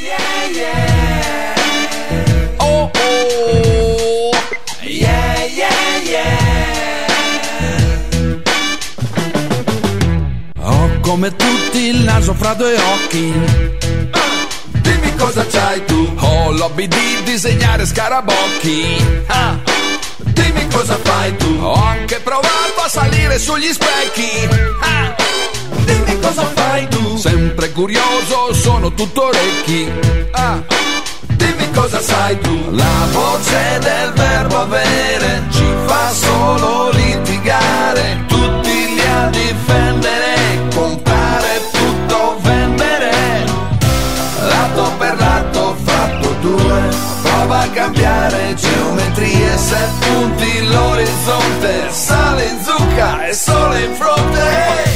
yeah, yeah. Oh, oh. Yeah, yeah, yeah. Ho come tutti il naso fra due occhi. Dimmi cosa c'hai tu. Ho l'hobby di disegnare scarabocchi. Dimmi cosa fai tu. Ho anche provato a salire sugli specchi. Dimmi cosa fai tu. Sempre curioso, sono tutto orecchi. Dimmi cosa sai tu. La voce del verbo avere ci fa solo litigare. Tutti li a difendere, comprare tutto, vendere. Lato per lato, fatto due. Prova a cambiare geometrie, se punti l'orizzonte. Sale in zucca e sole in fronte.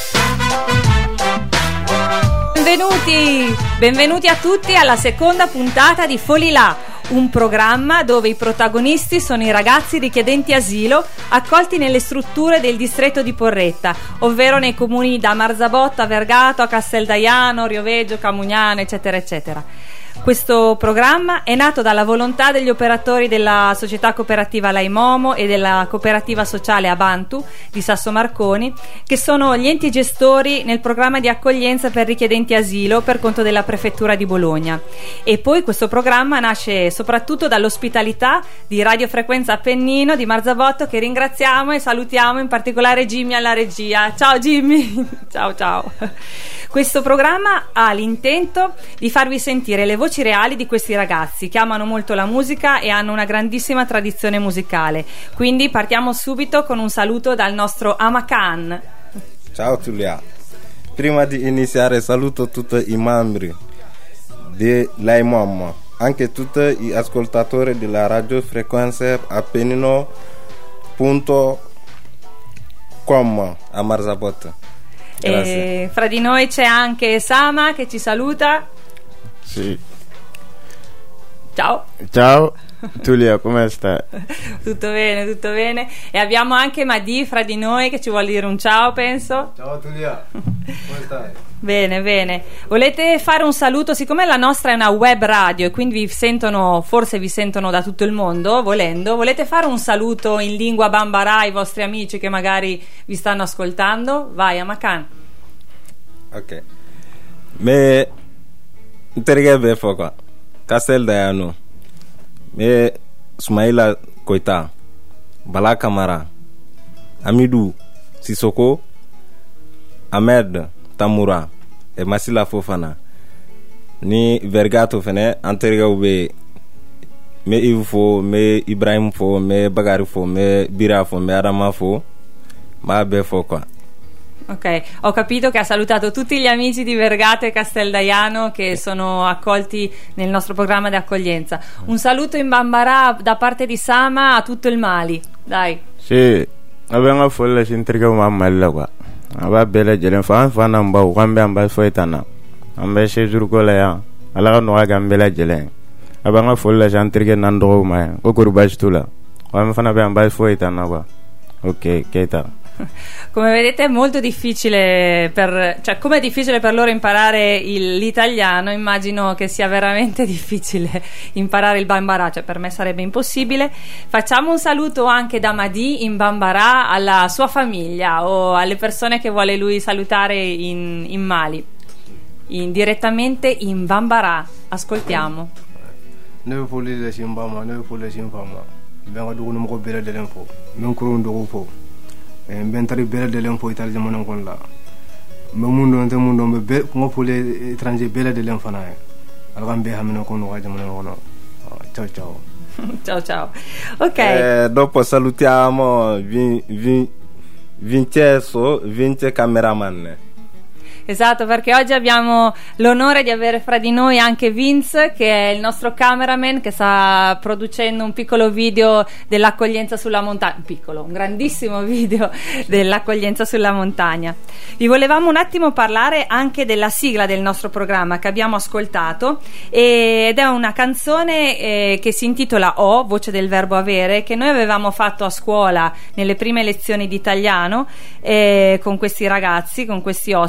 Benvenuti a tutti alla seconda puntata di Folilà, un programma dove i protagonisti sono i ragazzi richiedenti asilo accolti nelle strutture del distretto di Porretta, ovvero nei comuni da Marzabotto a Vergato, a Casteldaiano, Rioveggio, Camugnano, eccetera eccetera. Questo programma è nato dalla volontà degli operatori della società cooperativa Laimomo e della cooperativa sociale Abantu di Sasso Marconi, che sono gli enti gestori nel programma di accoglienza per richiedenti asilo per conto della prefettura di Bologna. E poi questo programma nasce soprattutto dall'ospitalità di Radiofrequenza Appennino di Marzabotto, che ringraziamo e salutiamo, in particolare Jimmy alla regia. Ciao Jimmy. Ciao. Questo programma ha l'intento di farvi sentire le voci reali di questi ragazzi che amano molto la musica e hanno una grandissima tradizione musicale. Quindi partiamo subito con un saluto dal nostro Amakan. Ciao Giulia. Prima di iniziare saluto tutti i membri di Laimomo, anche tutti gli ascoltatori della radiofrequenza Appennino.com a Marzabotto. E fra di noi c'è anche Sama che ci saluta. Sì. Ciao Giulia, come stai? Tutto bene. E abbiamo anche Madi fra di noi che ci vuole dire un ciao, penso. Ciao Giulia, come stai? Bene. Volete fare un saluto? Siccome la nostra è una web radio e quindi forse vi sentono da tutto il mondo, volete fare un saluto in lingua bambara ai vostri amici che magari vi stanno ascoltando? Vai, Amakan. Ok. Me Terige befo qua. Casteldaiano. Me Sumaila Koita. Bala Kamara. Amidou Sissoko. Ahmed Tamura e Masila Fofana. Ni Vergato fene anteriga ube me Ivu fo, me Ibrahim fo, me Bagari fo, me Bira fo, me Adama fo. Ma befo qua. Ok, ho capito che ha salutato tutti gli amici di Vergato e Casteldaiano che sono accolti nel nostro programma di accoglienza. Un saluto in bambara da parte di Sama a tutto il Mali. Dai. Sì, abbiamo folle sintriga mamma qua. Aba bele jelen fan namba ukambe amba foitana. Ambe sejur golaya. Ala no aga mbele jelen. Abanga folle sintriga nando ma ko kurbastula. Wam fana be amba foitana qua. Ok, keta. Come vedete è molto difficile come è difficile per loro imparare l'italiano, immagino che sia veramente difficile imparare il bambara, per me sarebbe impossibile. Facciamo un saluto anche da Madi in bambara alla sua famiglia o alle persone che vuole lui salutare in Mali, direttamente in bambara. Ascoltiamo. Noi polisi simbama, noi polisi simbama. Vengo du no ko bere de l'info. Men kurun do ko. Bentari bere de l'info ital jamana kon la. Me mundo be ko pole étranger bere de l'info na. Algambe hamino kon wa jamana kon. Ciao. Ok. Dopo salutiamo Vince cameraman. Esatto, perché oggi abbiamo l'onore di avere fra di noi anche Vince, che è il nostro cameraman, che sta producendo un piccolo video dell'accoglienza sulla montagna, un grandissimo video dell'accoglienza sulla montagna. Vi volevamo un attimo parlare anche della sigla del nostro programma che abbiamo ascoltato, ed è una canzone che si intitola O, voce del verbo avere, che noi avevamo fatto a scuola nelle prime lezioni di italiano con questi ragazzi, con questi ospiti,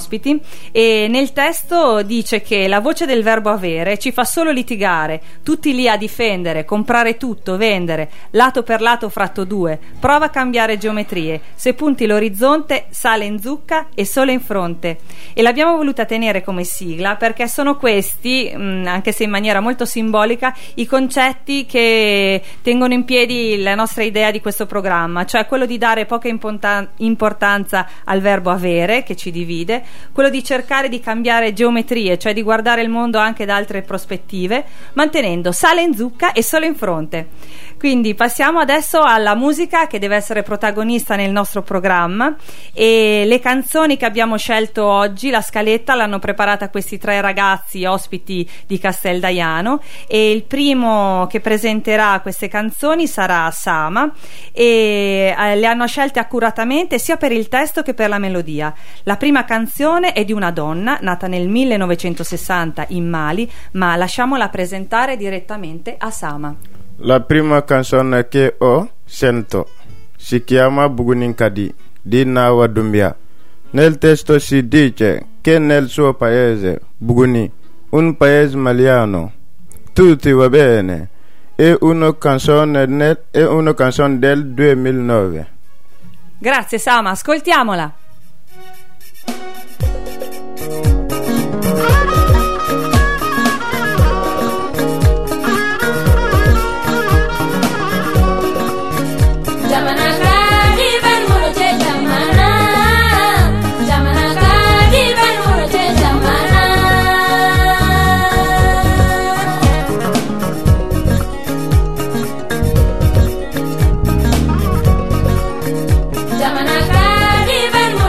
e nel testo dice che la voce del verbo avere ci fa solo litigare, tutti lì a difendere, comprare tutto, vendere, lato per lato fratto due, prova a cambiare geometrie, se punti l'orizzonte sale in zucca e sole in fronte. E l'abbiamo voluta tenere come sigla perché sono questi, anche se in maniera molto simbolica, i concetti che tengono in piedi la nostra idea di questo programma, cioè quello di dare poca importanza al verbo avere, che ci divide, quello di cercare di cambiare geometrie, cioè di guardare il mondo anche da altre prospettive, mantenendo sale in zucca e sole in fronte. Quindi passiamo adesso alla musica che deve essere protagonista nel nostro programma, e le canzoni che abbiamo scelto oggi, la scaletta l'hanno preparata questi 3 ragazzi ospiti di Casteldaiano, e il primo che presenterà queste canzoni sarà Sama, e le hanno scelte accuratamente sia per il testo che per la melodia. La prima canzone è di una donna nata nel 1960 in Mali, ma lasciamola presentare direttamente a Sama. La prima canzone che ho sento si chiama Buguninkadi di Nawa Dumbia. Nel testo si dice che nel suo paese, Buguni, un paese maliano, tutti va bene, è una canzone del 2009. Grazie Sama, ascoltiamola. Jamana kadi ben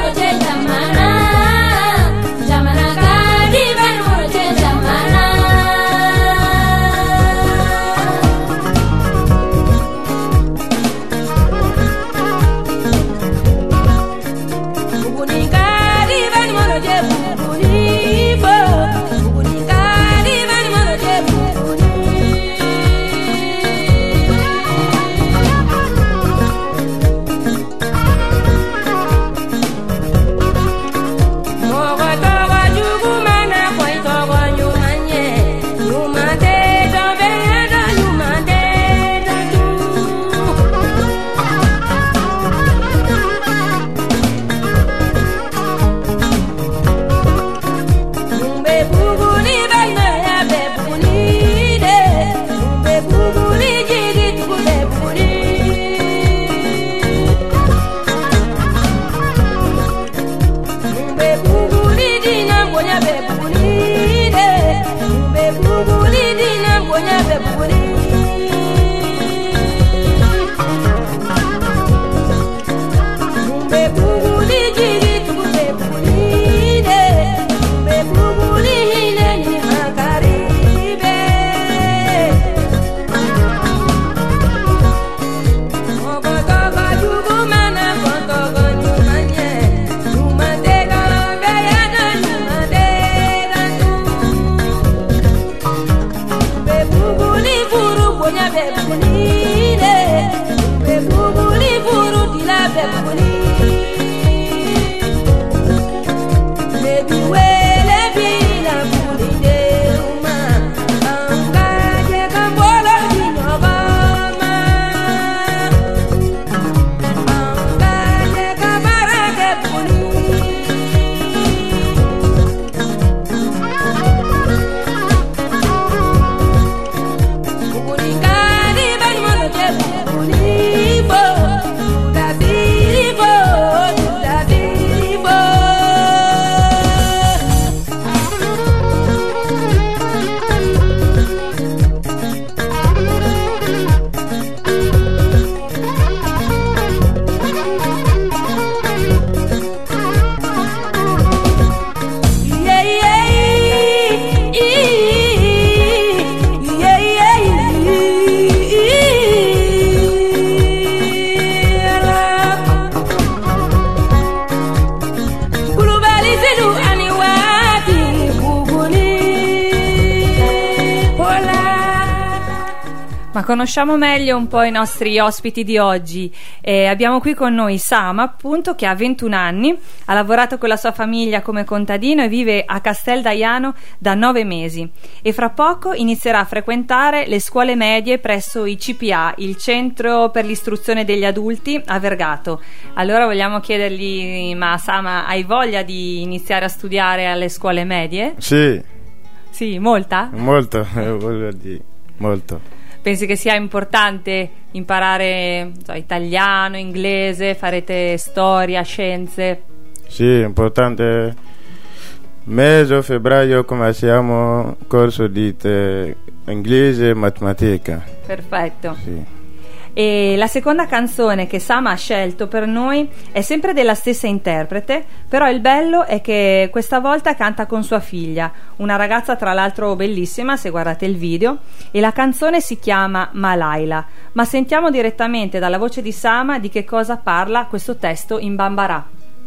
Ma conosciamo meglio un po' i nostri ospiti di oggi. Abbiamo qui con noi Sama, appunto, che ha 21 anni, ha lavorato con la sua famiglia come contadino e vive a Castel Daiano da 9 mesi e fra poco inizierà a frequentare le scuole medie presso i CPA, il Centro per l'Istruzione degli Adulti, a Vergato. Allora vogliamo chiedergli: ma Sama, hai voglia di iniziare a studiare alle scuole medie? Sì. Sì, molta? Molto, voglio dire, molto. Pensi che sia importante imparare italiano, inglese, farete storia, scienze? Sì, è importante. Mese febbraio cominciamo corso di inglese e matematica. Perfetto. Sì. E la seconda canzone che Sama ha scelto per noi è sempre della stessa interprete, però il bello è che questa volta canta con sua figlia, una ragazza tra l'altro bellissima se guardate il video, e la canzone si chiama Malaila. Ma sentiamo direttamente dalla voce di Sama di che cosa parla questo testo in Bambara.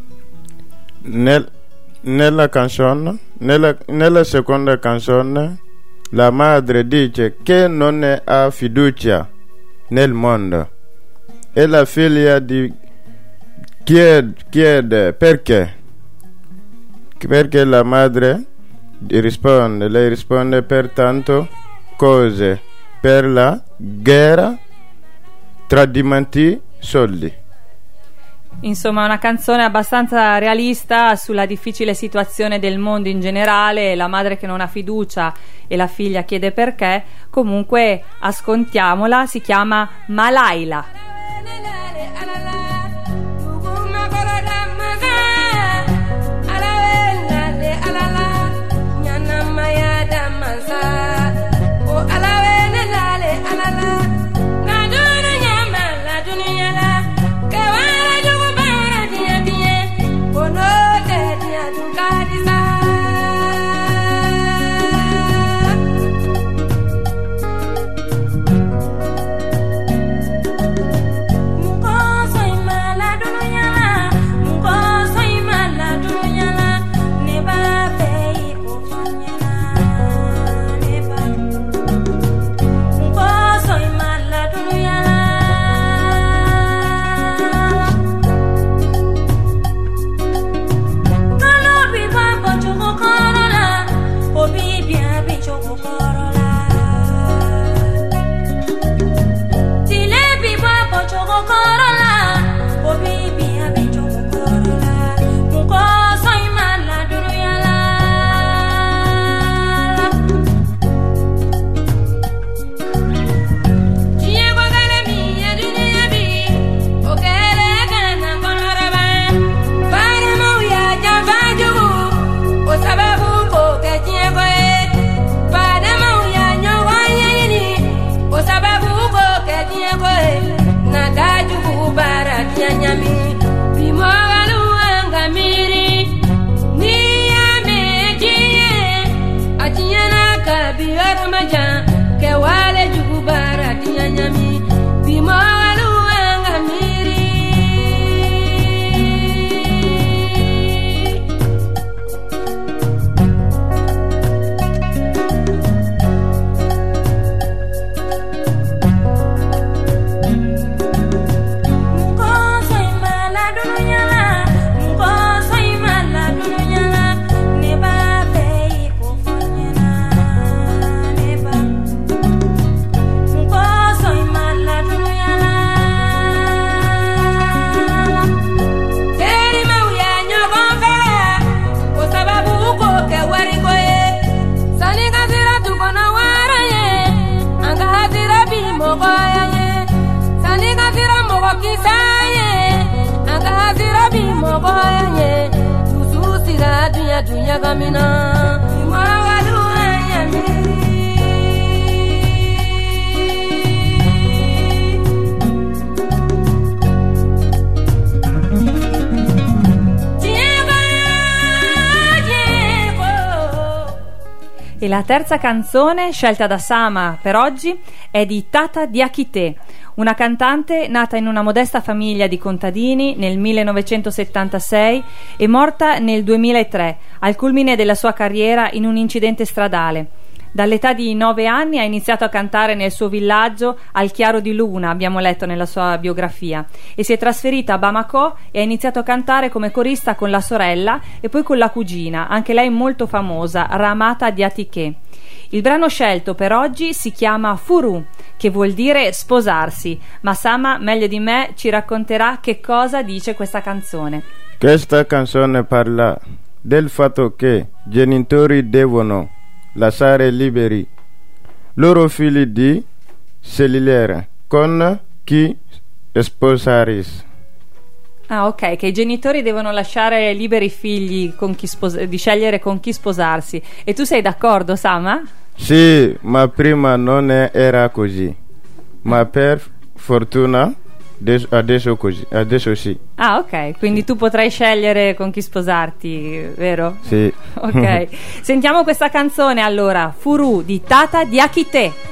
Nella seconda canzone la madre dice che non ha fiducia nel mondo e la figlia chiede perché la madre lei risponde per tante cose, per la guerra, tradimenti, soldi. Insomma, una canzone abbastanza realista sulla difficile situazione del mondo in generale, la madre che non ha fiducia e la figlia chiede perché. Comunque ascoltiamola, si chiama Malaila. E la terza canzone scelta da Sama per oggi è di Tata Diakité, una cantante nata in una modesta famiglia di contadini nel 1976 e morta nel 2003, al culmine della sua carriera in un incidente stradale. Dall'età di 9 anni ha iniziato a cantare nel suo villaggio al chiaro di luna, abbiamo letto nella sua biografia, e si è trasferita a Bamako e ha iniziato a cantare come corista con la sorella e poi con la cugina, anche lei molto famosa, Ramata Diatike. Il brano scelto per oggi si chiama Furu, che vuol dire sposarsi, ma Sama meglio di me ci racconterà che cosa dice questa canzone. Questa canzone parla del fatto che genitori devono lasciare liberi loro figli di scegliere con chi sposarsi. Ah, ok, che i genitori devono lasciare liberi i figli di scegliere con chi sposarsi. E tu sei d'accordo, Sama? Sì, ma prima non era così. Ma per fortuna adesso sì. Ah, ok, quindi tu potrai scegliere con chi sposarti, vero? Sì. Ok, sentiamo questa canzone allora, Furu di Tata Diakite.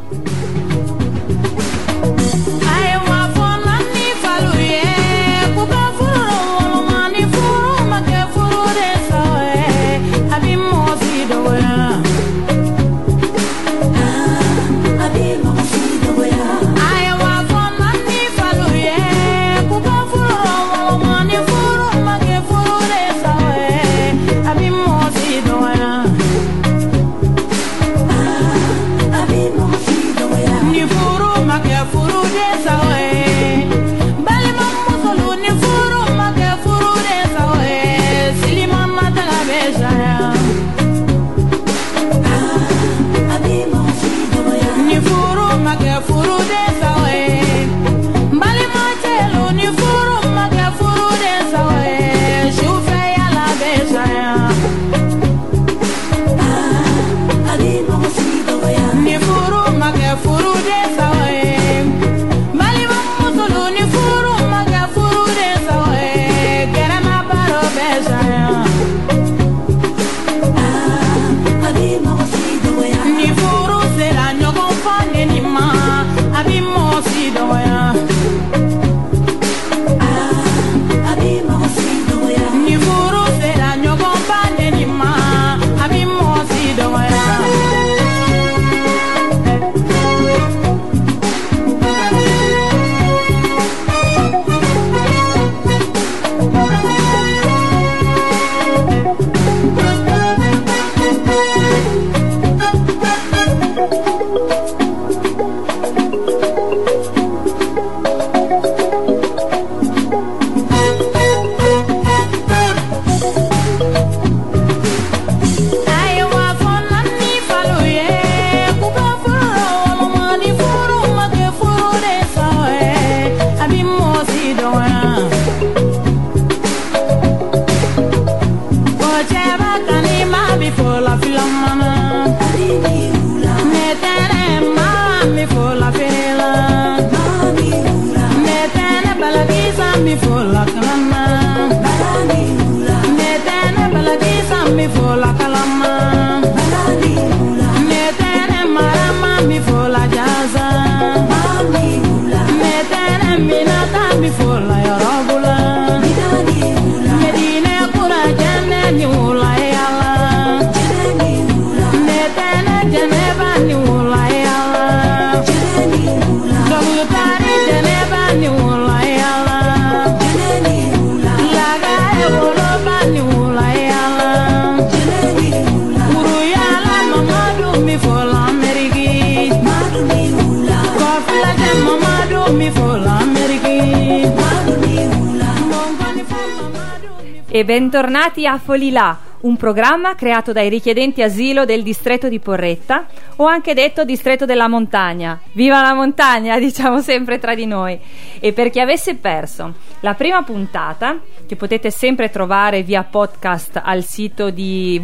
E bentornati a Folilà, un programma creato dai richiedenti asilo del distretto di Porretta, o anche detto distretto della montagna. Viva la montagna, diciamo sempre tra di noi. E per chi avesse perso la prima puntata, che potete sempre trovare via podcast al sito di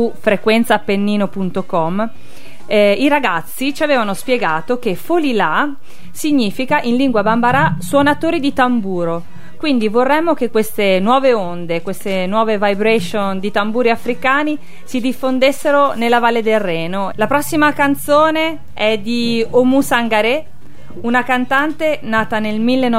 www.frequenzaappennino.com, i ragazzi ci avevano spiegato che Folilà significa in lingua bambara suonatori di tamburo. Quindi vorremmo che queste nuove onde, queste nuove vibration di tamburi africani si diffondessero nella Valle del Reno. La prossima canzone è di Oumou Sangaré, una cantante nata nel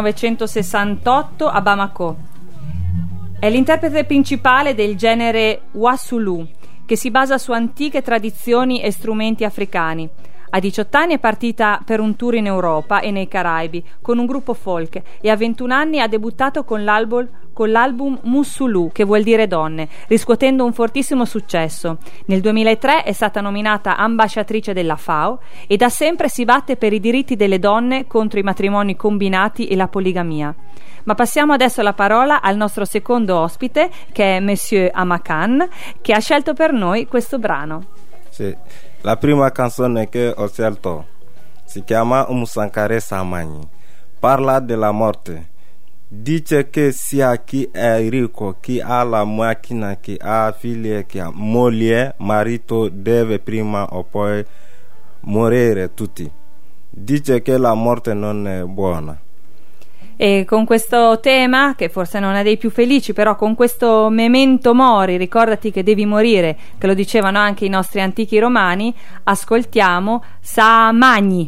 1968 a Bamako. È l'interprete principale del genere Wassoulou, che si basa su antiche tradizioni e strumenti africani. A 18 anni è partita per un tour in Europa e nei Caraibi con un gruppo folk e a 21 anni ha debuttato con l'album Musulu, che vuol dire donne, riscuotendo un fortissimo successo. Nel 2003 è stata nominata ambasciatrice della FAO e da sempre si batte per i diritti delle donne contro i matrimoni combinati e la poligamia. Ma passiamo adesso la parola al nostro secondo ospite, che è Monsieur Amakan, che ha scelto per noi questo brano. Sì. La prima canzone che ho scelto si chiama Umusankare Samani. Parla della morte. Dice che sia chi è ricco, chi ha la macchina, chi ha figlie, chi ha moglie, marito, deve prima o poi morire tutti. Dice che la morte non è buona. E con questo tema, che forse non è dei più felici, però con questo memento mori, ricordati che devi morire, che lo dicevano anche i nostri antichi romani, ascoltiamo Samani.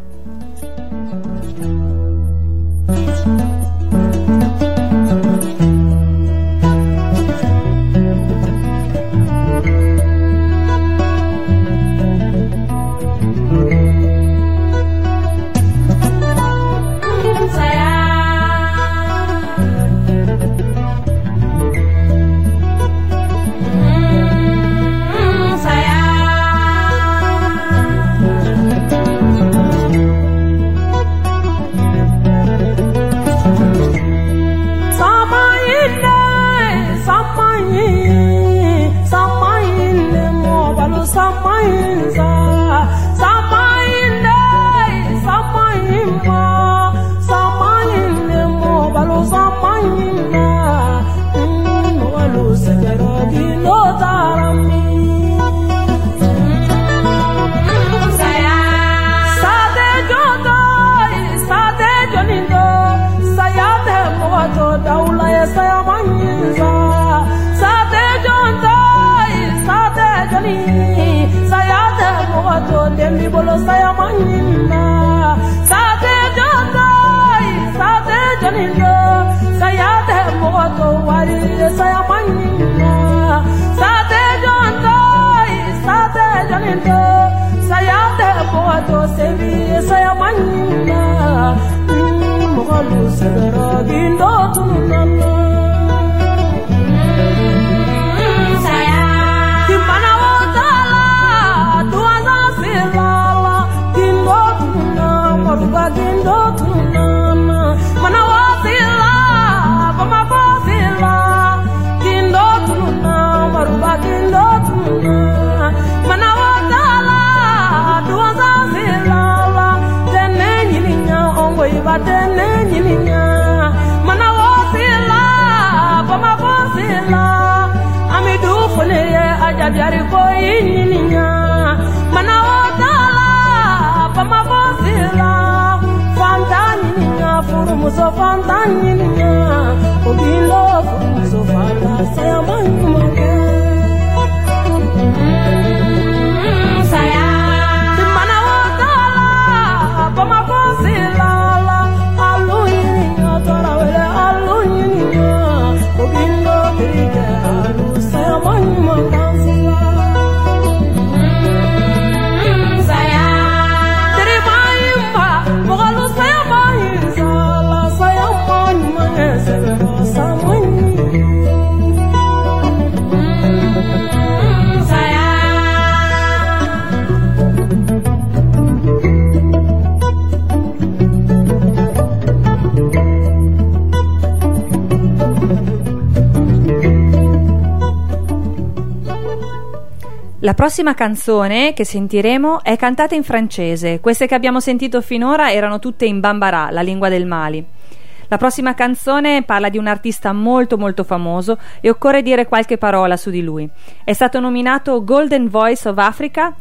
La prossima canzone che sentiremo è cantata in francese. Queste che abbiamo sentito finora erano tutte in Bambara, la lingua del Mali. La prossima canzone parla di un artista molto molto famoso e occorre dire qualche parola su di lui. È stato nominato Golden Voice of Africa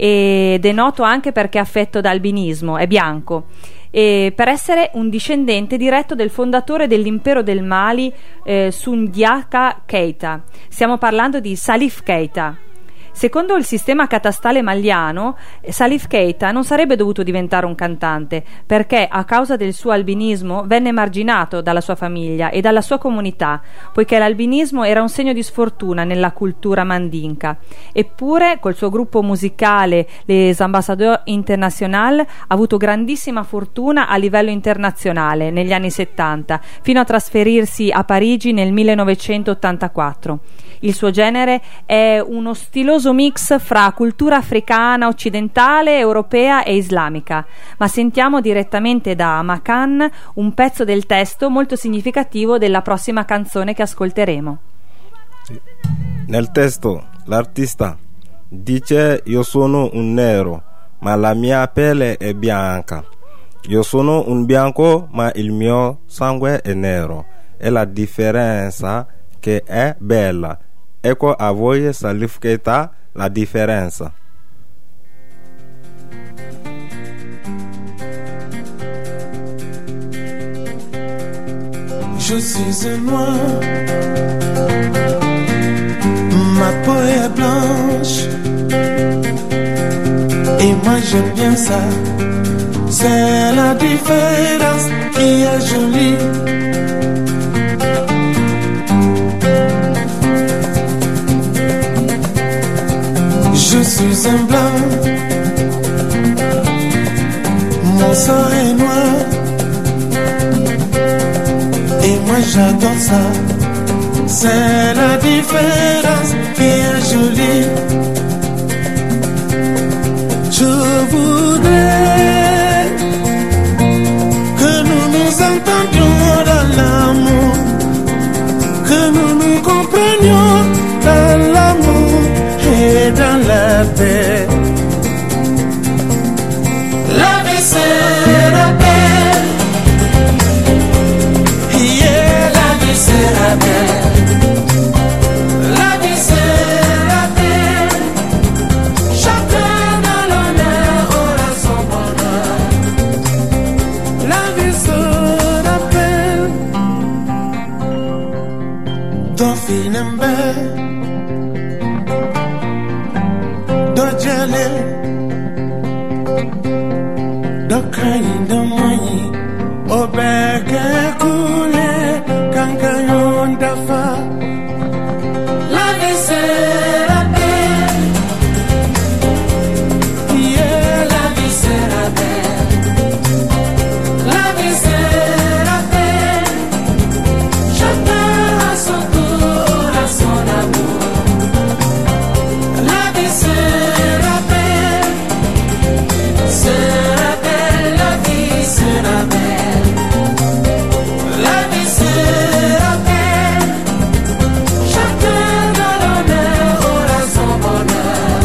ed è noto anche perché è affetto da albinismo, è bianco, e per essere un discendente diretto del fondatore dell'impero del Mali, Sundiata Keita. Stiamo parlando di Salif Keita. Secondo il sistema catastale maliano, Salif Keita non sarebbe dovuto diventare un cantante, perché a causa del suo albinismo venne emarginato dalla sua famiglia e dalla sua comunità, poiché l'albinismo era un segno di sfortuna nella cultura mandinka. Eppure, col suo gruppo musicale Les Ambassadeurs International, ha avuto grandissima fortuna a livello internazionale negli anni 70, fino a trasferirsi a Parigi nel 1984. Il suo genere è uno stiloso mix fra cultura africana, occidentale, europea e islamica. Ma sentiamo direttamente da Makan un pezzo del testo molto significativo della prossima canzone che ascolteremo. Nel testo l'artista dice: io sono un nero ma la mia pelle è bianca, io sono un bianco ma il mio sangue è nero, è la differenza che è bella. Ecco a voi Salif Keita la differenza. Je suis un noir, ma peau est blanche, et moi j'aime bien ça, c'est la différence qui est jolie. Je suis un blanc, mon sang est noir, et moi j'adore ça, c'est la différence qui est jolie. Je voudrais que nous nous entendions dans l'amour, que nous nous comprenions dans l'amour et dans la paix. La vie sera belle, yeah, la vie sera belle, la vie sera belle, chacun dans l'honneur aura son bonheur. La vie sera belle, ton finembe. Dokayi domayi obeke kule kankayon dafa. La vie sera belle, yeah, la vie sera belle, la vie sera belle, chacun a son tour, a son amour. La vie sera belle, sera belle, la vie sera belle, la vie sera belle, chacun dans l'honneur aura son bonheur.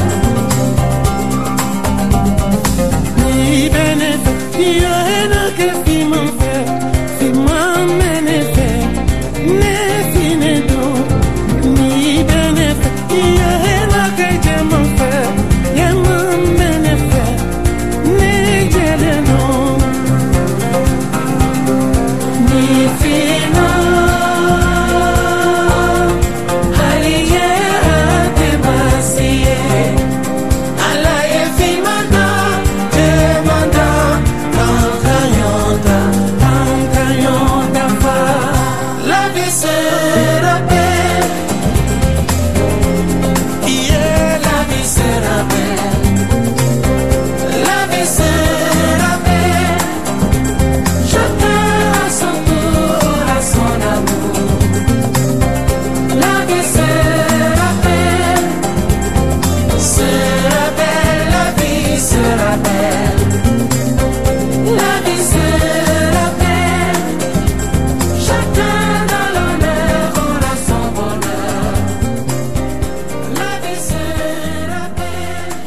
Ni benefe, ni ohena que fi m'en fait, fi m'en menefe, ne fi ne do. Ni benefe, ni ohena que je m'en fait, ye m'en menefe, ne jele no. Ni fino, haliye ate basiye, alaye fi manda, te manda, tankayonda fa. La vie sera belle, yeah, la vie sera belle, la vie sera belle, chacun a son tour, a son amour. La vie sera belle, la vie sera belle, la vie sera belle, chacun dans l'honneur aura son bonheur. La vie sera belle.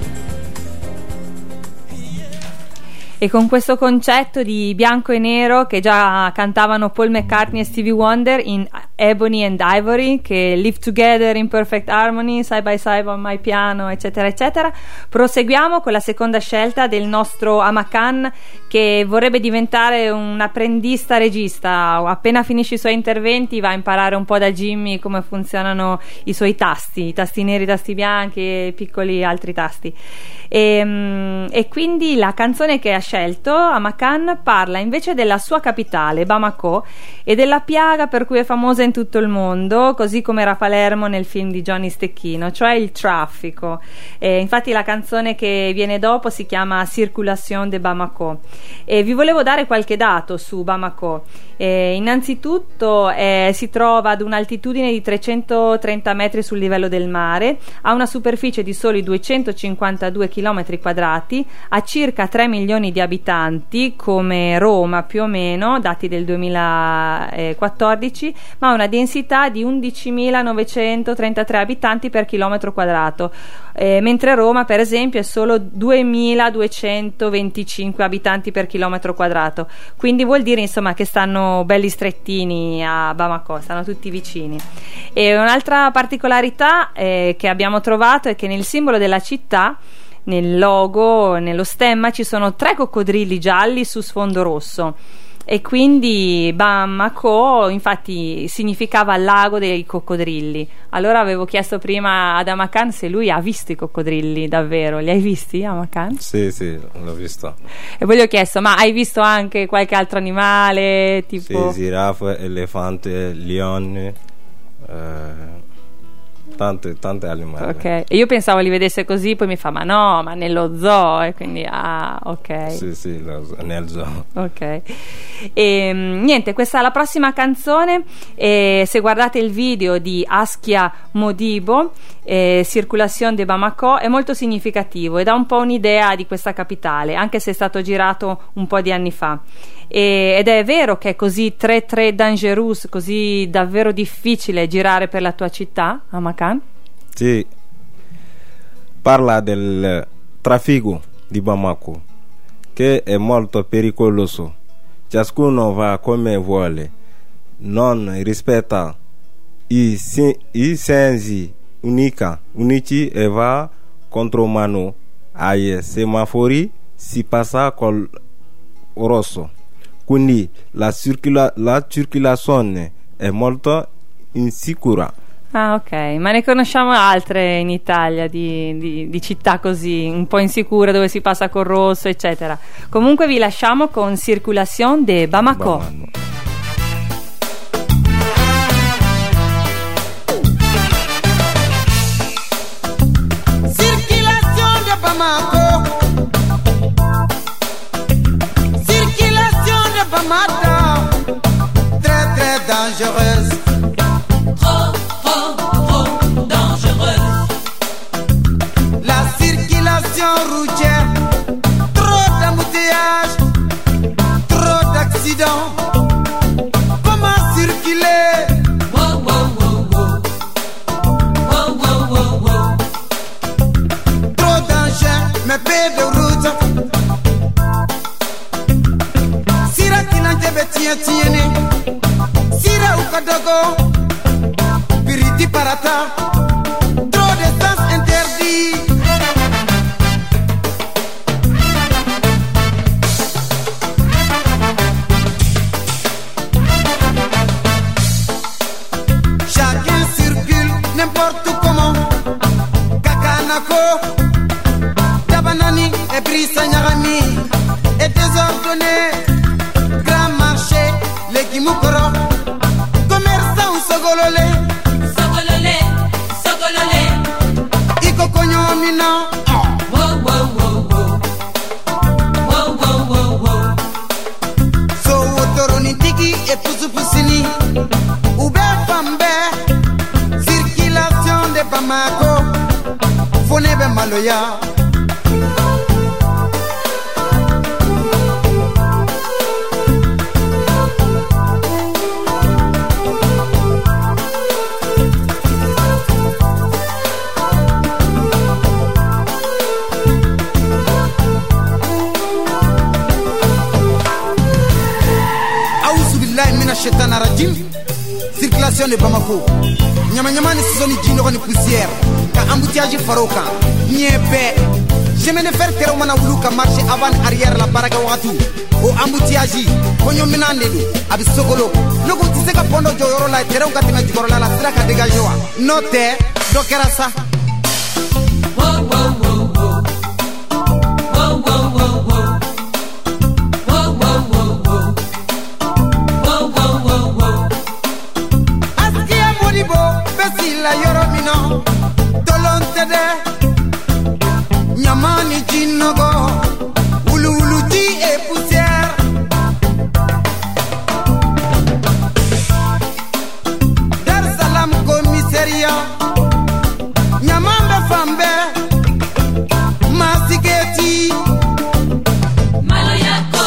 E con questo concetto di bianco e nero che già cantavano Paul McCartney e Stevie Wonder in Ebony and Ivory, che live together in perfect harmony, side by side on my piano, eccetera eccetera. Proseguiamo con la seconda scelta del nostro Amakan, che vorrebbe diventare un apprendista regista. Appena finisce i suoi interventi va a imparare un po' da Jimmy come funzionano i suoi tasti, i tasti neri, i tasti bianchi e piccoli altri tasti. E quindi la canzone che ha scelto Amakan parla invece della sua capitale, Bamako, e della piaga per cui è famosa in tutto il mondo, così come era Palermo nel film di Johnny Stecchino, cioè il traffico. Infatti la canzone che viene dopo si chiama Circulation de Bamako. E vi volevo dare qualche dato su Bamako. Innanzitutto si trova ad un'altitudine di 330 metri sul livello del mare, ha una superficie di soli 252 km quadrati, ha circa 3 milioni di abitanti come Roma più o meno, dati del 2014, ma ha una densità di 11.933 abitanti per chilometro quadrato, mentre Roma per esempio è solo 2.225 abitanti per chilometro quadrato, quindi vuol dire insomma che stanno belli strettini a Bamako, stanno tutti vicini. E un'altra particolarità che abbiamo trovato è che nel simbolo della città, nel logo, nello stemma, ci sono 3 coccodrilli gialli su sfondo rosso, e quindi Bamako infatti significava lago dei coccodrilli. Allora avevo chiesto prima ad Amakan se lui ha visto i coccodrilli davvero. Li hai visti, Amakan? Sì, l'ho visto. E poi gli ho chiesto: ma hai visto anche qualche altro animale tipo? Sì, giraffe, elefante, leone, tante animali. Ok, e io pensavo li vedesse così, poi mi fa: ma no, ma nello zoo. E quindi ok. Sì, nel zoo. Ok. E niente, questa è la prossima canzone. Se guardate il video di Askia Modibo, Circulation de Bamako, è molto significativo e dà un po' un'idea di questa capitale, anche se è stato girato un po' di anni fa. Ed è vero che è così très dangereux, così davvero difficile girare per la tua città, Amakan? Sì, parla del traffico di Bamako, che è molto pericoloso. Ciascuno va come vuole, non rispetta i sensi unici e va contro mano ai semafori, si passa col rosso. Quindi la circolazione è molto insicura. Ah, ok, ma ne conosciamo altre in Italia di città così un po' insicure, dove si passa col rosso eccetera. Comunque vi lasciamo con Circulation de Bamako. Circulation de Bamako, circulation de Bamako, très dangereuse. Trop dangereuse. La circulation routière, trop d'embouteillages, trop d'accidents. Comment circuler? Wow, wow, wow, wow. Wow, wow, wow, wow. Trop d'engins, mais peu de route. Sira kinanje betia tiene, sira ukadogo, piriti parata. Trop de sens interdit. Chacun circule n'importe comment. Kakanako, Tabanani et Brissanyarami est désordonné. Grand marché, les Kimukoro, commerçant ou Sogolole. Sogolole, sogolole. Iko konyo mina. Wow, wow, wow, wow. Wow, wow, wow, wow. So otoroni tiki et pusupusini. Ube fambe, circulation de Bamako. Fonebe maloya. Auzu billahi minash shaitani rajim. circulation de Bamako. Nyama ni saison jino ni poussière. Ka embouteillage faroka. Niebe. Chemin de fer terre mana wuluka marché avant arrière la baraka watu. O embouteillage. Konyo minande du. Abi sokolo. Loko tiseka pondo joyoro la terre ngati me jikoro la sira ka dégager wa. Note dokera sa. Whoa, whoa, whoa, whoa. Whoa, whoa, whoa, whoa. Whoa, whoa, whoa, whoa. Whoa, whoa, whoa, whoa. Askia moribo, besila yoro mino. Tolonte de. Nyamani jinogo. Ulu ulu di e poussière. Dar Salam commissariat. Nyamambe fambe. Masigeti. Maloyako.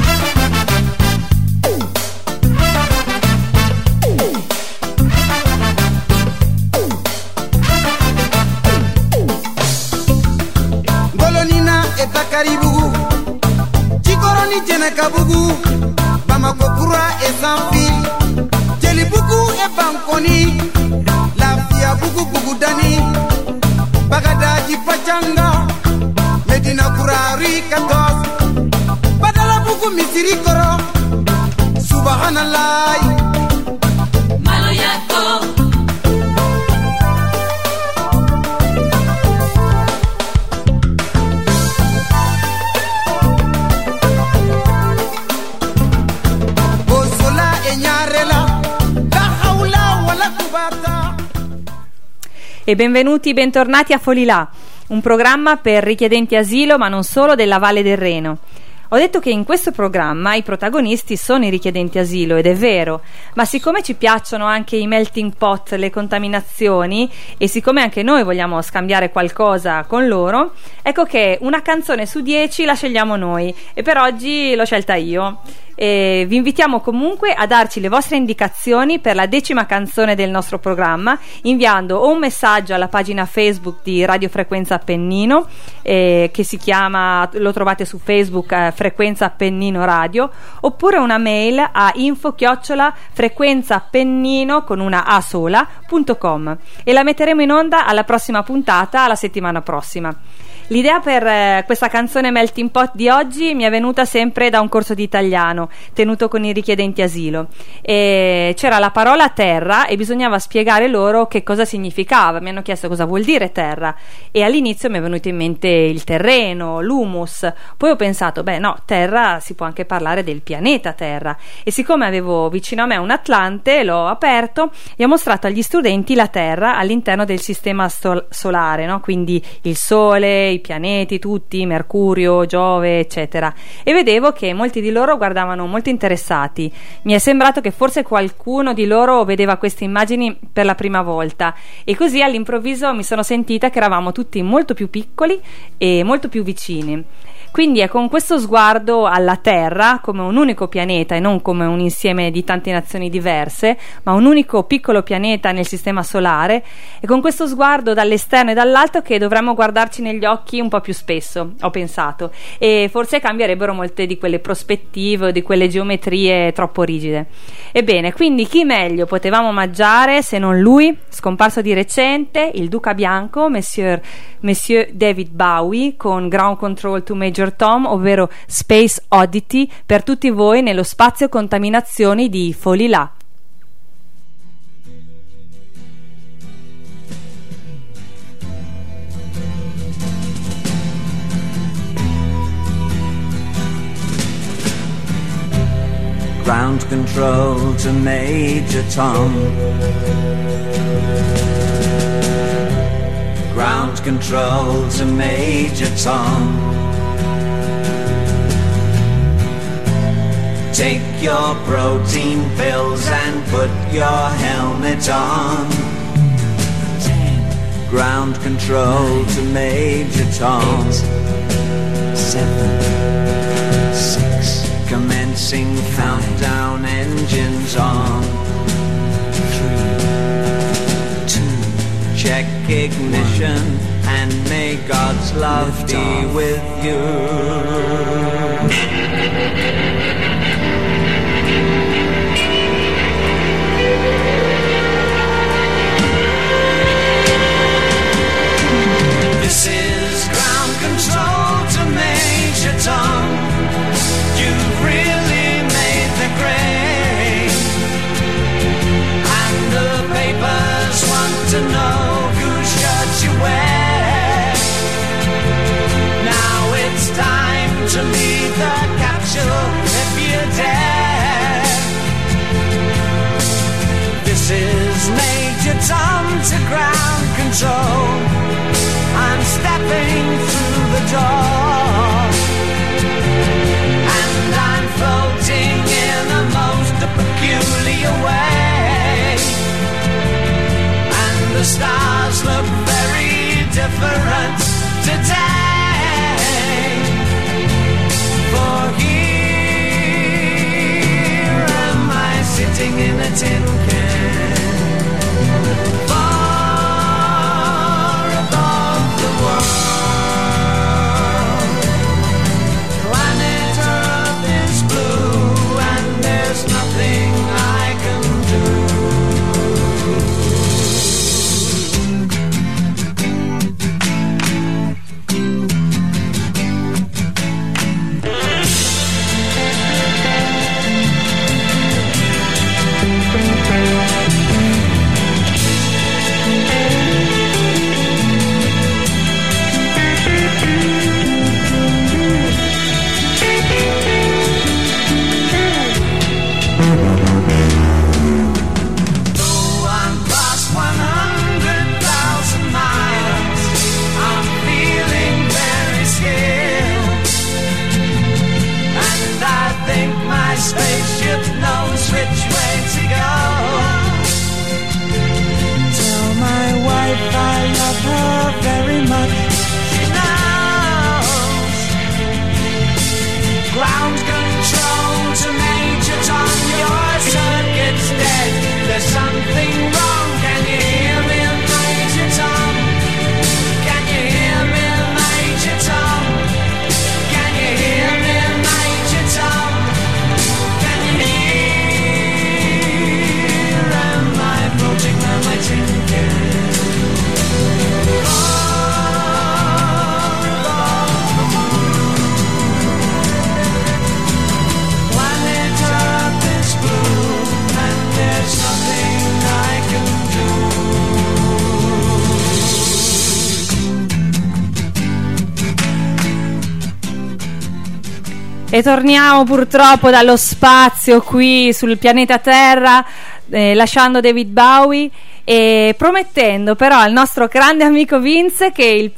Golonina e Bakaribugu. Chikoroni Jenekabugu. Bamako Kura e Sanfil. Jelibugu e Bankoni. Lafia Bugu Bugu Dani. Bagadaji Pachanga. Medina Kurari 14. Badala Bugu Misiri Koro. Subhanallah. Maloyako. Bosola e Nyarela. La haula wala kubata. E bentornati a Folilà, un programma per richiedenti asilo, ma non solo, della Valle del Reno. Ho detto che in questo programma i protagonisti sono i richiedenti asilo, ed è vero, ma siccome ci piacciono anche i melting pot, le contaminazioni, e siccome anche noi vogliamo scambiare qualcosa con loro, ecco che una canzone su 10 la scegliamo noi, e per oggi l'ho scelta io. E vi invitiamo comunque a darci le vostre indicazioni per la 10ª canzone del nostro programma, inviando o un messaggio alla pagina Facebook di Radio Frequenza Appennino, che si chiama, lo trovate su Facebook, Frequenza Appennino Radio, oppure una mail a info@frequenzaappennino con una A sola.com, e la metteremo in onda alla prossima puntata, la settimana prossima. L'idea per questa canzone Melting Pot di oggi mi è venuta sempre da un corso di italiano tenuto con i richiedenti asilo, e c'era la parola terra e bisognava spiegare loro che cosa significava. Mi hanno chiesto cosa vuol dire terra, e all'inizio mi è venuto in mente il terreno, l'humus. Poi ho pensato, beh no, terra, si può anche parlare del pianeta Terra, e siccome avevo vicino a me un Atlante, l'ho aperto e ho mostrato agli studenti la Terra all'interno del sistema solare, no? Quindi il Sole, i pianeti tutti, Mercurio, Giove, eccetera, e vedevo che molti di loro guardavano molto interessati. Mi è sembrato che forse qualcuno di loro vedeva queste immagini per la prima volta, e così all'improvviso mi sono sentita che eravamo tutti molto più piccoli e molto più vicini. Quindi è con questo sguardo alla Terra come un unico pianeta, e non come un insieme di tante nazioni diverse, ma un unico piccolo pianeta nel sistema solare, e con questo sguardo dall'esterno e dall'alto che dovremmo guardarci negli occhi un po' più spesso, ho pensato, e forse cambierebbero molte di quelle prospettive o di quelle geometrie troppo rigide. Ebbene, quindi chi meglio potevamo omaggiare se non lui, scomparso di recente, il Duca Bianco, Monsieur David Bowie, con Ground Control to Major Tom, ovvero Space Oddity, per tutti voi nello spazio contaminazioni di Folilà. Ground control to Major Tom. Ground control to Major Tom. Take your protein pills and put your helmet on. 10. Ground control 9, to Major Tom. 8, 7, 6. Commencing countdown, engines on. 3, 2. Check ignition 1, and may God's love be with you. stepping through the door, and I'm floating in a most peculiar way, and the stars look very different today, for here am I sitting in a tin can, far above the world. Planet Earth is blue and there's nothing I can do. Spaceship knows which way to go. Tell my wife I love her very much. She knows. Ground control to Major Tom. Your circuit's dead. There's something wrong. Can you hear me, Major Tom? Can you hear me, Major Tom? Can you hear me, Major Tom? E torniamo purtroppo dallo spazio qui sul pianeta Terra, lasciando David Bowie e promettendo però al nostro grande amico Vince che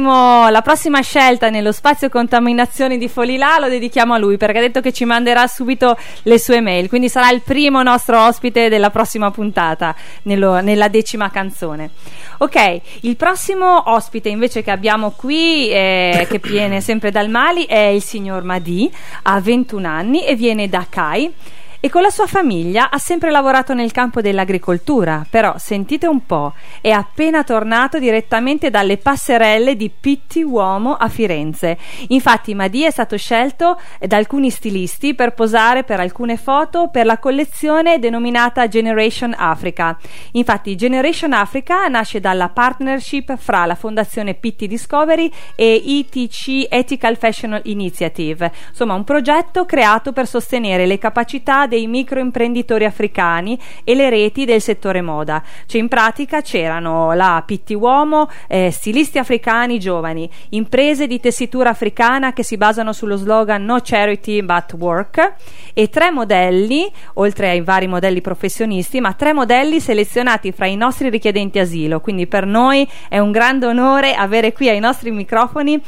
la prossima scelta nello spazio contaminazioni di Folilà lo dedichiamo a lui, perché ha detto che ci manderà subito le sue mail, quindi sarà il primo nostro ospite della prossima puntata nella 10ª canzone. Ok, il prossimo ospite invece che abbiamo qui, che viene sempre dal Mali, è il signor Madi, ha 21 anni e viene da Kai. E con la sua famiglia ha sempre lavorato nel campo dell'agricoltura, però sentite un po', è appena tornato direttamente dalle passerelle di Pitti Uomo a Firenze. Infatti Madi è stato scelto da alcuni stilisti per posare per alcune foto per la collezione denominata Generation Africa. Infatti Generation Africa nasce dalla partnership fra la Fondazione Pitti Discovery e ETC Ethical Fashion Initiative, insomma un progetto creato per sostenere le capacità dei microimprenditori africani e le reti del settore moda. Cioè in pratica c'erano la Pitti Uomo, stilisti africani giovani, imprese di tessitura africana che si basano sullo slogan No Charity But Work, e 3 modelli, oltre ai vari modelli professionisti, ma 3 modelli selezionati fra i nostri richiedenti asilo. Quindi per noi è un grande onore avere qui ai nostri microfoni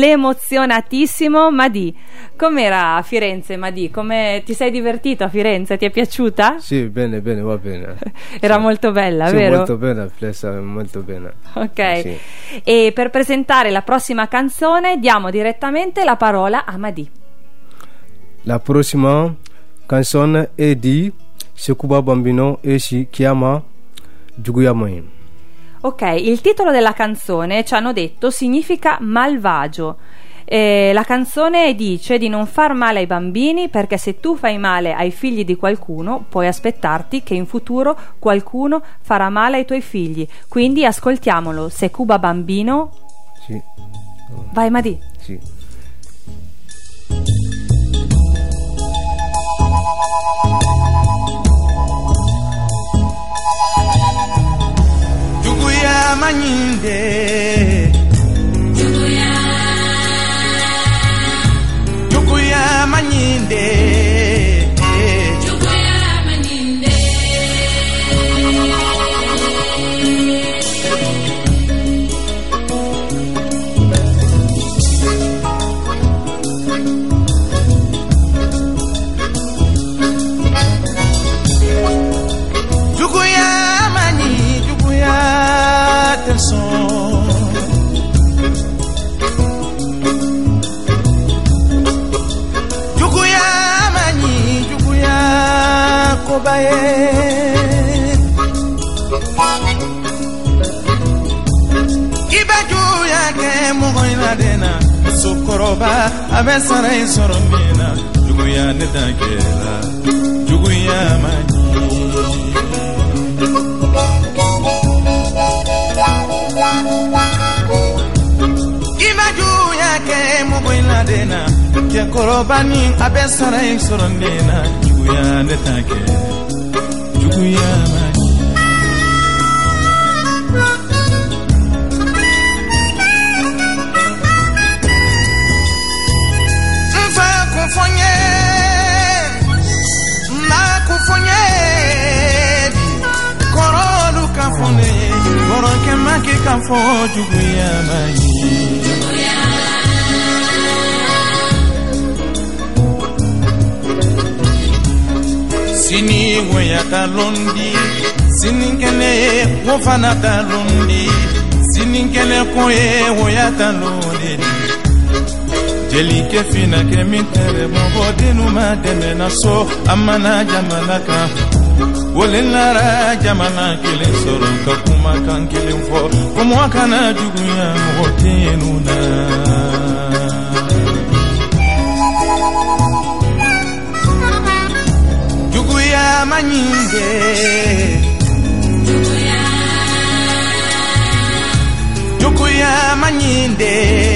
l'emozionatissimo Madi. Com'era a Firenze, Madi? Come ti sei divertito a Firenze? Ti è piaciuta? Sì, bene, va bene. Era sì. Molto bella, sì, vero? Molto bene, molto bene. Ok, sì. E per presentare la prossima canzone diamo direttamente la parola a Madi. La prossima canzone è di Sekuba Bambino e si chiama Juguyamai. Ok, il titolo della canzone, ci hanno detto, significa malvagio. La canzone dice di non far male ai bambini, perché se tu fai male ai figli di qualcuno puoi aspettarti che in futuro qualcuno farà male ai tuoi figli. Quindi ascoltiamolo. Sekuba Bambino. Sì. Vai Madi. Sì. Juguya manyinde Juguya manyinde kubaye ibaju yake mogoina dena sokoroba abesara isoromina juguya nedakela juguya mani ibaju yake mogoina dena ke korobani abesara isoromina juguya nedakela juguya mani kufonye na kufonye korolu kafone koronke maki kafo juguya mani sini woya talondi sini kene wofana talondi sini kene koye woya talondi jeli ke fina ke mintere mogo dinu ma deme na so amana jamana ka wolenara jamana kile soro ka kuma kan kile fo kuma kana juguya mogo dinu na juguya manyinde juguya manyinde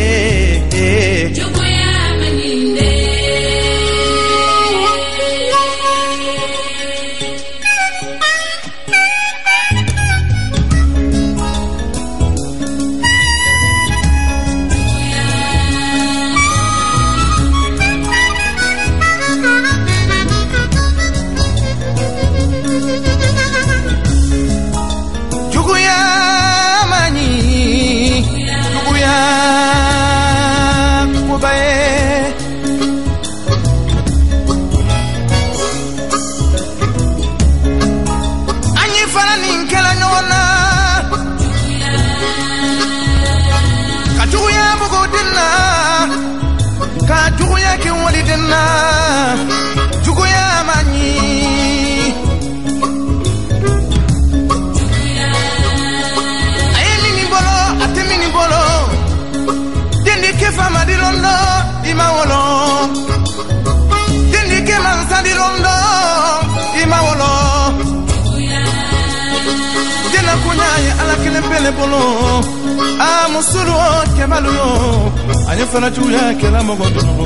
musulu ke maluyo anye fana juya ke la mogo duno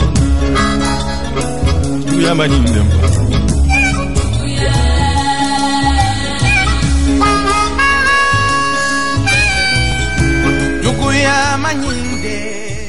juya maninde juya maninde.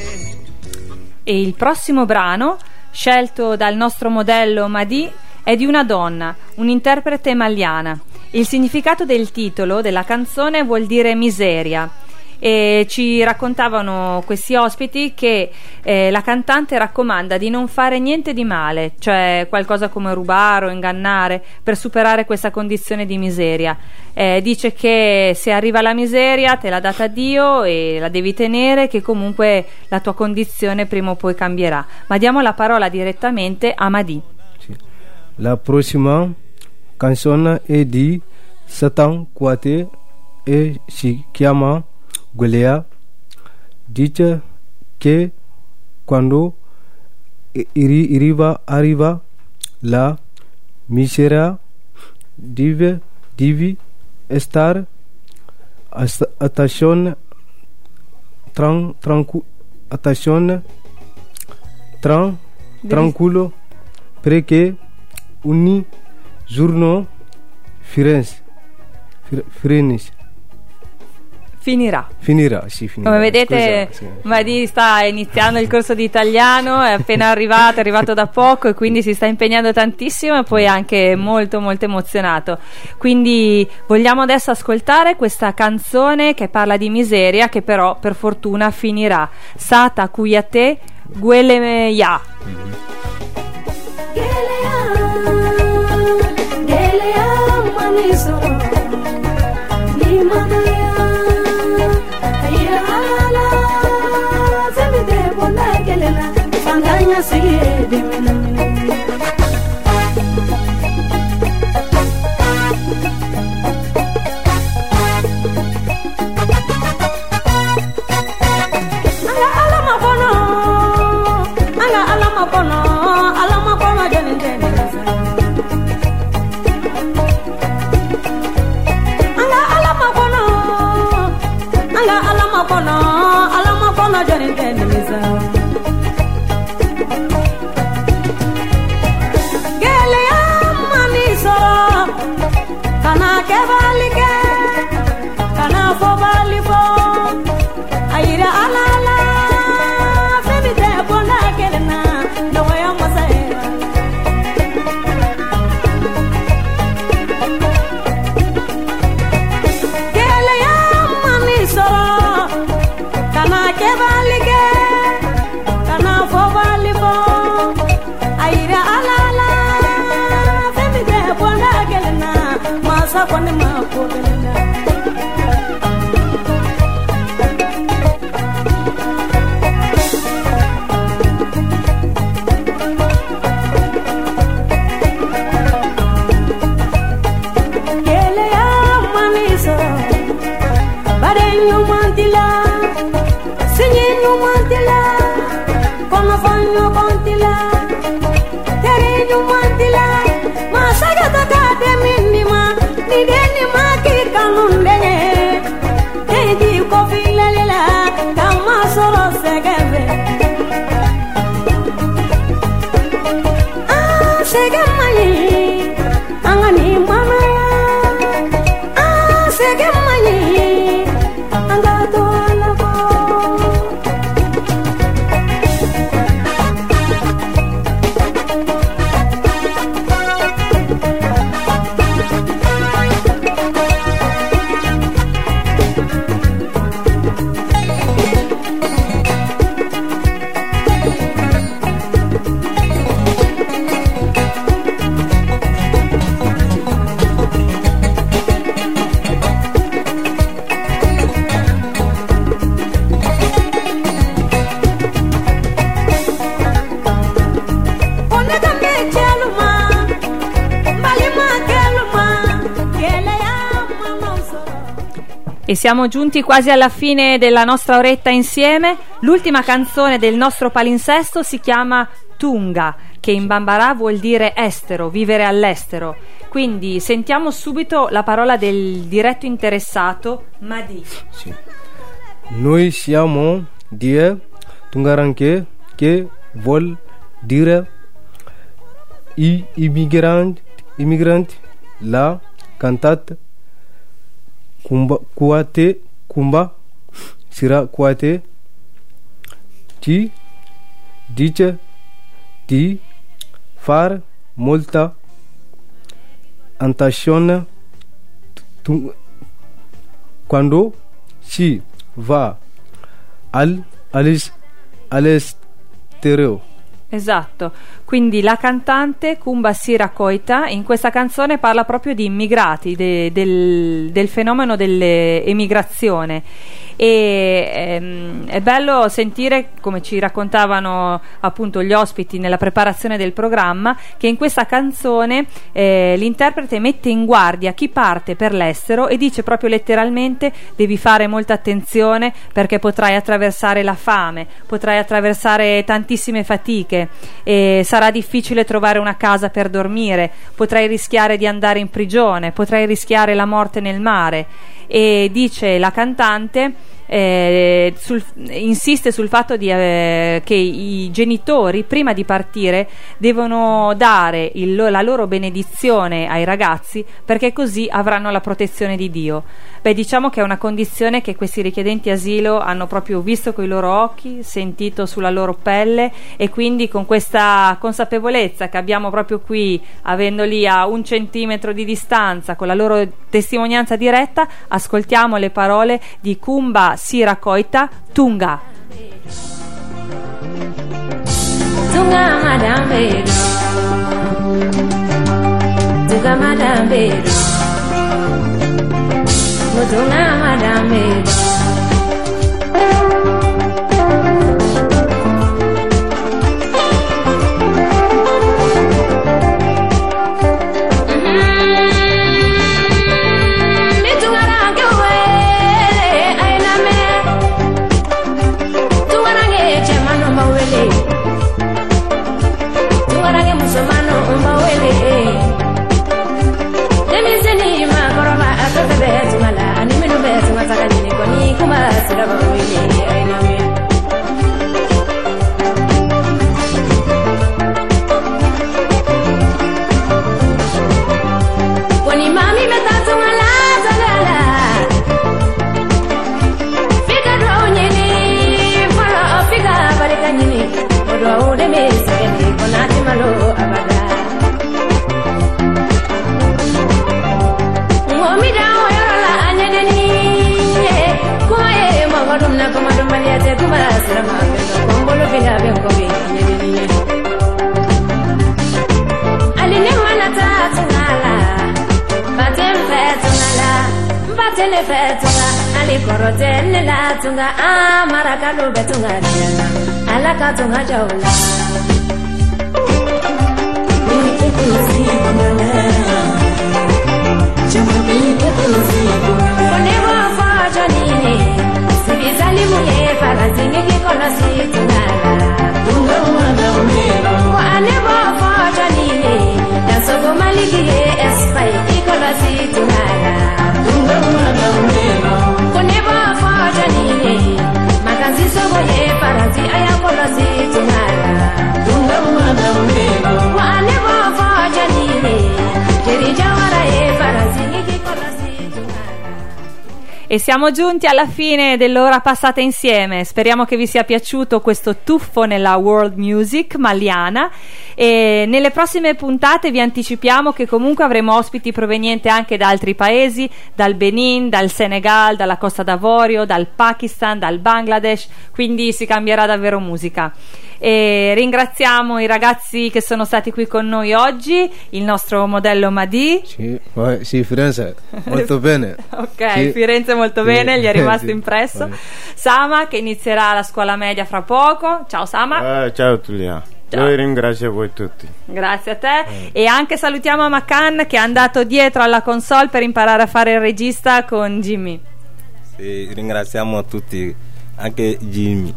E il prossimo brano, scelto dal nostro modello Madi, è di una donna, un'interprete maliana. Il significato del titolo della canzone vuol dire miseria. E ci raccontavano questi ospiti che la cantante raccomanda di non fare niente di male, cioè qualcosa come rubare o ingannare, per superare questa condizione di miseria. Dice che se arriva la miseria te l'ha data Dio e la devi tenere, che comunque la tua condizione prima o poi cambierà. Ma diamo la parola direttamente a Madi. La prossima canzone è di Satan Kwate e si chiama Gwelea. Dice che quando arriva la miseria devi stare attenzione tranquillo perché ogni giorno finirà, sì, finirà. Come vedete, Madi sta iniziando il corso di italiano, è appena arrivato, è arrivato da poco e quindi si sta impegnando tantissimo e poi anche molto molto emozionato. Quindi vogliamo adesso ascoltare questa canzone che parla di miseria, che però per fortuna finirà. Sata Kuyate Gweleya. alama kono jani jani anga alama kono jani jani misa gele amani soro kana ke balike kana fo baliko ayira alala femite bona kelena noya masaya gele amani soro kana ke balike kana fo baliko ayira alala femite bona kelena masa kone makodena E siamo giunti quasi alla fine della nostra oretta insieme. L'ultima canzone del nostro palinsesto si chiama Tunga, che in Bambara vuol dire estero, vivere all'estero. Quindi sentiamo subito la parola del diretto interessato, Madi. Sì. Noi siamo die Tungaranke, che vuol dire immigrant, la cantante Kumba Sira Kuate ci dice di far molta attenzione quando si va all'estero. Esatto, quindi la cantante Kumba Sira Koita in questa canzone parla proprio di immigrati, del fenomeno dell'emigrazione, e è bello sentire, come ci raccontavano appunto gli ospiti nella preparazione del programma, che in questa canzone l'interprete mette in guardia chi parte per l'estero e dice proprio letteralmente: devi fare molta attenzione perché potrai attraversare la fame, potrai attraversare tantissime fatiche, e sarà difficile trovare una casa per dormire, potrai rischiare di andare in prigione, potrai rischiare la morte nel mare. E dice la cantante, insiste sul fatto che i genitori prima di partire devono dare la loro benedizione ai ragazzi, perché così avranno la protezione di Dio. Beh, diciamo che è una condizione che questi richiedenti asilo hanno proprio visto coi loro occhi, sentito sulla loro pelle, e quindi con questa consapevolezza che abbiamo proprio qui, avendoli a 1 centimetro di distanza, con la loro testimonianza diretta, ascoltiamo le parole di Kumba Sira Koita, Tunga. Tunga madame, Tunga madame, Tunga madame. bene fetunga ali korotene la tunga maraka lo betunga riana ala ka tunga jaula Konewa fajanine Sibizali muye farazinge ke kola situngala Tunga mwana umero Konewa fajanine Dansogo maliki ye espai ikola situngala Tunga mwana umero Konewa fajanine Makanzi sogo ye farazi ayakola situngala Tunga mwana umero Konewa fajanine Keri jawara ye farazinge ke kola situngala. E siamo giunti alla fine dell'ora passata insieme. Speriamo che vi sia piaciuto questo tuffo nella world music maliana, e nelle prossime puntate vi anticipiamo che comunque avremo ospiti provenienti anche da altri paesi, dal Benin, dal Senegal, dalla Costa d'Avorio, dal Pakistan, dal Bangladesh, quindi si cambierà davvero musica. E ringraziamo i ragazzi che sono stati qui con noi oggi, il nostro modello Madi. Sì, Firenze, molto bene. Ok, sì. Firenze molto bene, gli è rimasto sì. impresso. Sama che inizierà la scuola media fra poco. Ciao Sama. Ciao Tulia. Io ringrazio voi tutti. Grazie a te. E anche salutiamo Macan che è andato dietro alla console per imparare a fare il regista con Jimmy. Sì, ringraziamo tutti, anche Jimmy.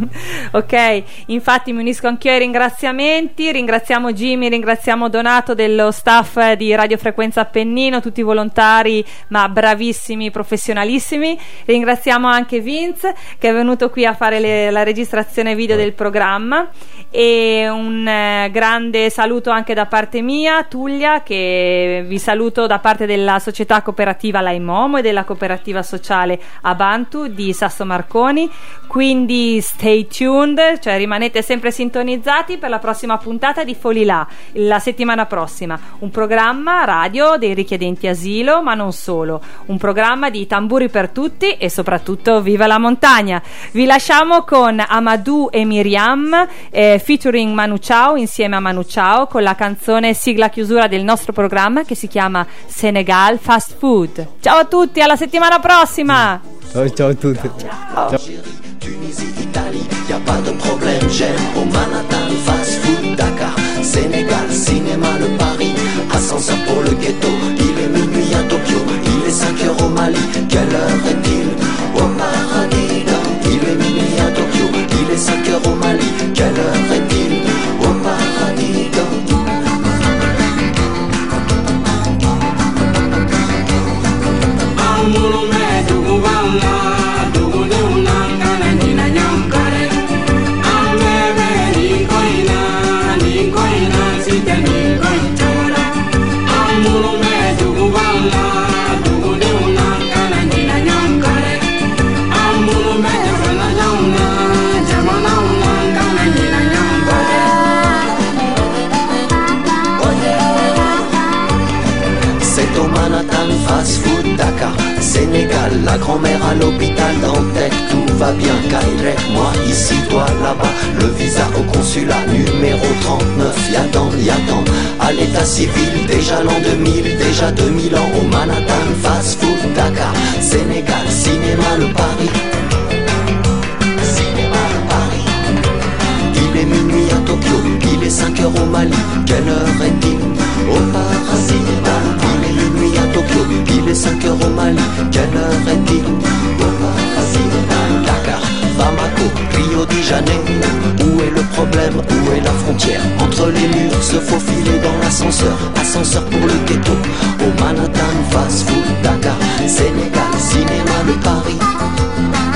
Ok, infatti mi unisco anch'io ai ringraziamenti. Ringraziamo Jimmy, ringraziamo Donato dello staff di Radio Frequenza Appennino, tutti volontari ma bravissimi, professionalissimi. Ringraziamo anche Vince che è venuto qui a fare la registrazione video del programma, e un grande saluto anche da parte mia, Tullia, che vi saluto da parte della società cooperativa Laimomo e della cooperativa sociale Abantu di Sasso Marconi. Quindi stay tuned, cioè rimanete sempre sintonizzati per la prossima puntata di Folilà, la settimana prossima, un programma radio dei richiedenti asilo, ma non solo, un programma di tamburi per tutti e soprattutto viva la montagna. Vi lasciamo con Amadou e Miriam featuring Manu Chao insieme a Manu Chao con la canzone sigla chiusura del nostro programma che si chiama Senegal Fast Food. Ciao a tutti, alla settimana prossima. Ciao a tutti. Ciao. Tunisie, Italie, y a pas de problème, j'aime au Manhattan, fast food, Dakar, Sénégal, cinéma, le Paris, ascenseur pour le ghetto, il est minuit à Tokyo, il est 5 heures au Mali, quelle heure est-il au paradis? Il est minuit à Tokyo, il est 5 heures au Mali, quelle heure est-il au paradis? Fast food, Dakar, Sénégal, la grand-mère à l'hôpital, Dantec, tout va bien, Caire, moi ici, toi là-bas, le visa au consulat, numéro 39, y'attend, à l'état civil, déjà l'an 2000, déjà 2000 ans, au Manhattan, fast food, Dakar, Sénégal, cinéma, le Paris, cinéma, le Paris, il est minuit à Tokyo, il est 5 heures au Mali, quelle heure est-il au paradis? Il est minuit à Tokyo, il est 5 heures au Mali, quelle heure est-il au paradis? Dakar, Bamako, Rio de Janeiro, où est le problème, où est la frontière? Entre les murs, se faufiler dans l'ascenseur, ascenseur pour le ghetto, au Manhattan, fast food, Dakar, Sénégal, cinéma, le Paris.